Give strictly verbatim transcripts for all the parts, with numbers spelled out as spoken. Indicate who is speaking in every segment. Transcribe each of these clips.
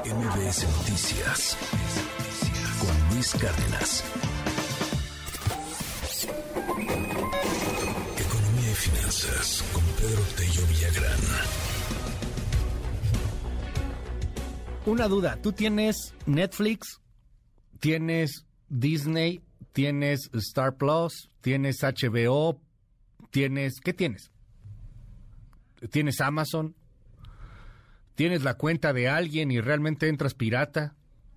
Speaker 1: M B S Noticias con Luis Cárdenas. Economía y finanzas con Pedro Tello Villagrán.
Speaker 2: Una duda, ¿tú tienes Netflix? ¿Tienes Disney? ¿Tienes Star Plus? ¿Tienes H B O? ¿Tienes qué tienes? ¿Tienes Amazon? ¿Tienes la cuenta de alguien y realmente entras pirata?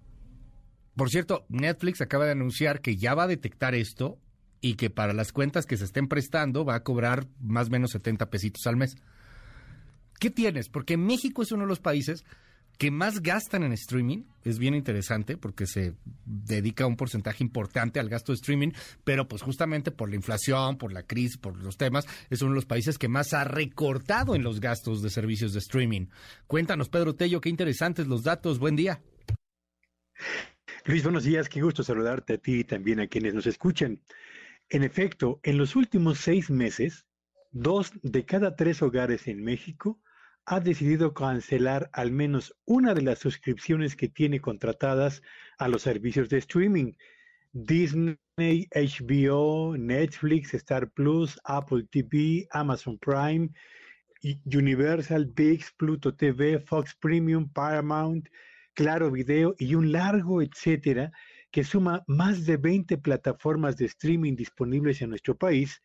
Speaker 2: Por cierto, Netflix acaba de anunciar que ya va a detectar esto y que para las cuentas que se estén prestando va a cobrar más o menos setenta pesitos al mes. ¿Qué tienes? Porque México es uno de los países que más gastan en streaming. Es bien interesante porque se dedica un porcentaje importante al gasto de streaming, pero pues justamente por la inflación, por la crisis, por los temas, es uno de los países que más ha recortado en los gastos de servicios de streaming. Cuéntanos, Pedro Tello, qué interesantes los datos. Buen día.
Speaker 3: Luis, buenos días. Qué gusto saludarte a ti y también a quienes nos escuchan. En efecto, en los últimos seis meses, dos de cada tres hogares en México ha decidido cancelar al menos una de las suscripciones que tiene contratadas a los servicios de streaming. Disney, H B O, Netflix, Star Plus, Apple T V, Amazon Prime, Universal, ViX, Pluto T V, Fox Premium, Paramount, Claro Video y un largo etcétera que suma más de veinte plataformas de streaming disponibles en nuestro país,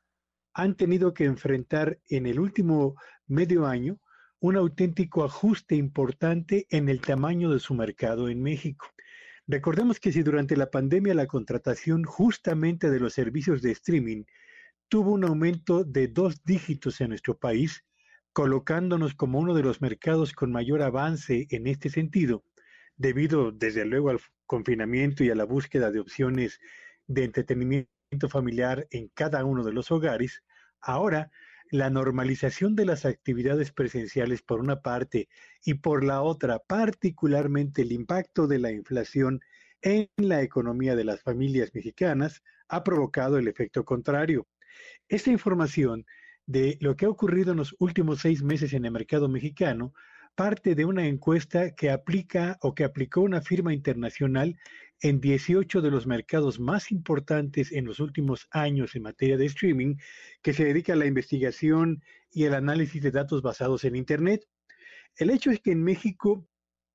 Speaker 3: han tenido que enfrentar en el último medio año un auténtico ajuste importante en el tamaño de su mercado en México. Recordemos que si durante la pandemia la contratación justamente de los servicios de streaming tuvo un aumento de dos dígitos en nuestro país, colocándonos como uno de los mercados con mayor avance en este sentido, debido desde luego al confinamiento y a la búsqueda de opciones de entretenimiento familiar en cada uno de los hogares, ahora la normalización de las actividades presenciales por una parte y por la otra, particularmente el impacto de la inflación en la economía de las familias mexicanas, ha provocado el efecto contrario. Esta información de lo que ha ocurrido en los últimos seis meses en el mercado mexicano parte de una encuesta que aplica o que aplicó una firma internacional en dieciocho de los mercados más importantes en los últimos años en materia de streaming, que se dedica a la investigación y el análisis de datos basados en Internet. El hecho es que en México,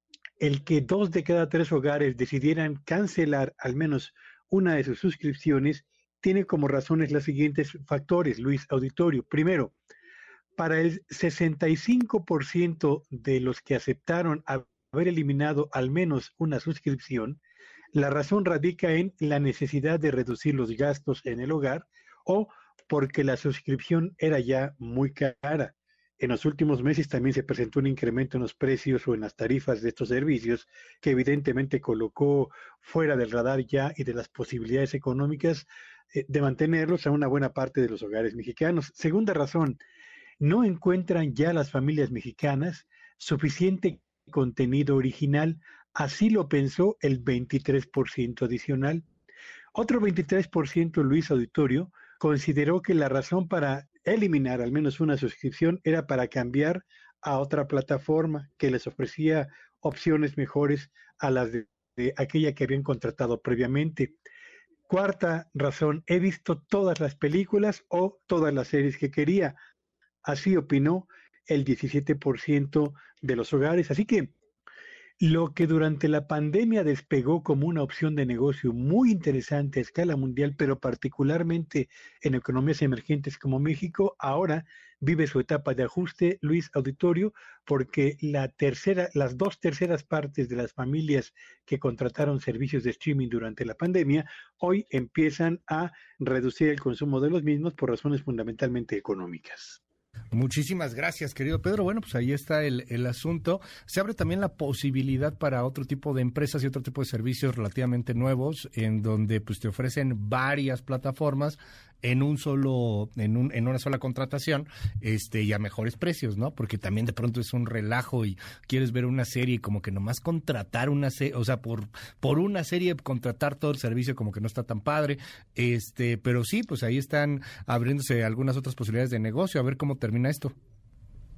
Speaker 3: el que dos de cada tres hogares decidieran cancelar al menos una de sus suscripciones tiene como razones los siguientes factores, Luis Auditorio. Primero, para el sesenta y cinco por ciento de los que aceptaron haber eliminado al menos una suscripción, la razón radica en la necesidad de reducir los gastos en el hogar o porque la suscripción era ya muy cara. En los últimos meses también se presentó un incremento en los precios o en las tarifas de estos servicios que evidentemente colocó fuera del radar ya y de las posibilidades económicas eh, de mantenerlos a una buena parte de los hogares mexicanos. Segunda razón, no encuentran ya las familias mexicanas suficiente contenido original. Así lo pensó el veintitrés por ciento adicional. Otro veintitrés por ciento, Luis Auditorio, consideró que la razón para eliminar al menos una suscripción era para cambiar a otra plataforma que les ofrecía opciones mejores a las de, de aquella que habían contratado previamente. Cuarta razón, he visto todas las películas o todas las series que quería. Así opinó el diecisiete por ciento de los hogares. Así que lo que durante la pandemia despegó como una opción de negocio muy interesante a escala mundial, pero particularmente en economías emergentes como México, ahora vive su etapa de ajuste, Luis Auditorio, porque la tercera, las dos terceras partes de las familias que contrataron servicios de streaming durante la pandemia, hoy empiezan a reducir el consumo de los mismos por razones fundamentalmente económicas.
Speaker 2: Muchísimas gracias, querido Pedro. Bueno, pues ahí está el, el asunto. Se abre también la posibilidad para otro tipo de empresas y otro tipo de servicios relativamente nuevos, en donde pues te ofrecen varias plataformas en un solo, en un, en una sola contratación, este, y a mejores precios, ¿no? Porque también de pronto es un relajo y quieres ver una serie y como que nomás contratar una serie, o sea, por, por una serie contratar todo el servicio como que no está tan padre, este, pero sí, pues ahí están abriéndose algunas otras posibilidades de negocio, a ver cómo termina esto.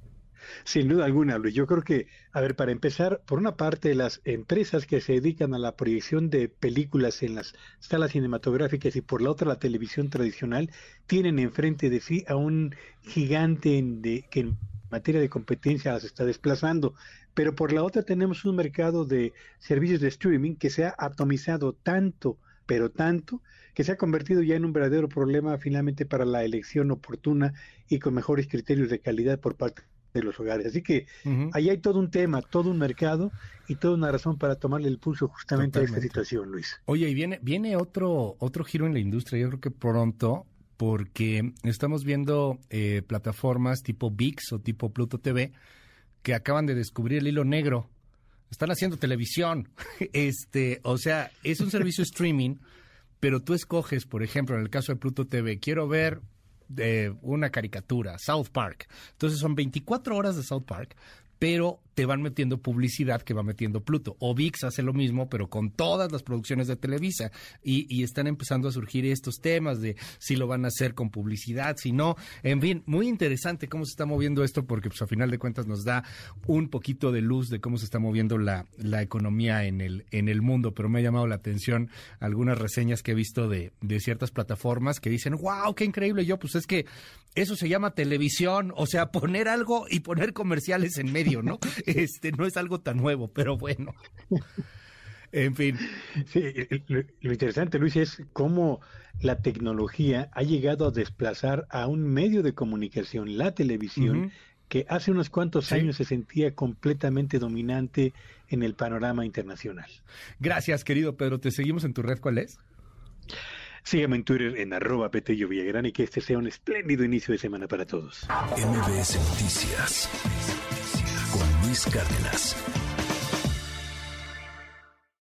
Speaker 3: Sin duda alguna, Luis. Yo creo que, a ver, para empezar, por una parte, las empresas que se dedican a la proyección de películas en las salas cinematográficas y por la otra la televisión tradicional, tienen enfrente de sí a un gigante en de, que en materia de competencia las está desplazando. Pero por la otra tenemos un mercado de servicios de streaming que se ha atomizado tanto, pero tanto, que se ha convertido ya en un verdadero problema finalmente para la elección oportuna y con mejores criterios de calidad por parte de los hogares. Así que uh-huh. ahí hay todo un tema, todo un mercado y toda una razón para tomarle el pulso justamente Totalmente. a esta situación, Luis.
Speaker 2: Oye, y viene, viene otro, otro giro en la industria, yo creo que pronto, porque estamos viendo eh, plataformas tipo ViX o tipo Pluto T V que acaban de descubrir el hilo negro. Están haciendo televisión. este, o sea, es un servicio streaming, pero tú escoges, por ejemplo, en el caso de Pluto T V, quiero ver eh, una caricatura, South Park. Entonces son veinticuatro horas de South Park, pero te van metiendo publicidad que va metiendo Pluto. O ViX hace lo mismo, pero con todas las producciones de Televisa. Y, y están empezando a surgir estos temas de si lo van a hacer con publicidad, si no. En fin, muy interesante cómo se está moviendo esto, porque pues a final de cuentas nos da un poquito de luz de cómo se está moviendo la, la economía en el, en el mundo. Pero me ha llamado la atención algunas reseñas que he visto de, de ciertas plataformas que dicen, wow, qué increíble. Yo, pues es que eso se llama televisión, o sea, poner algo y poner comerciales en medio, ¿no? Este no es algo tan nuevo, pero bueno. En fin.
Speaker 3: Sí, lo, lo interesante, Luis, es cómo la tecnología ha llegado a desplazar a un medio de comunicación, la televisión, uh-huh. que hace unos cuantos sí. años se sentía completamente dominante en el panorama internacional.
Speaker 2: Gracias, querido Pedro. ¿Te seguimos en tu red? ¿Cuál es?
Speaker 3: Sígueme en Twitter en arroba Petello Villagrán y que este sea un espléndido inicio de semana para todos.
Speaker 1: M B S Noticias con Luis Cárdenas.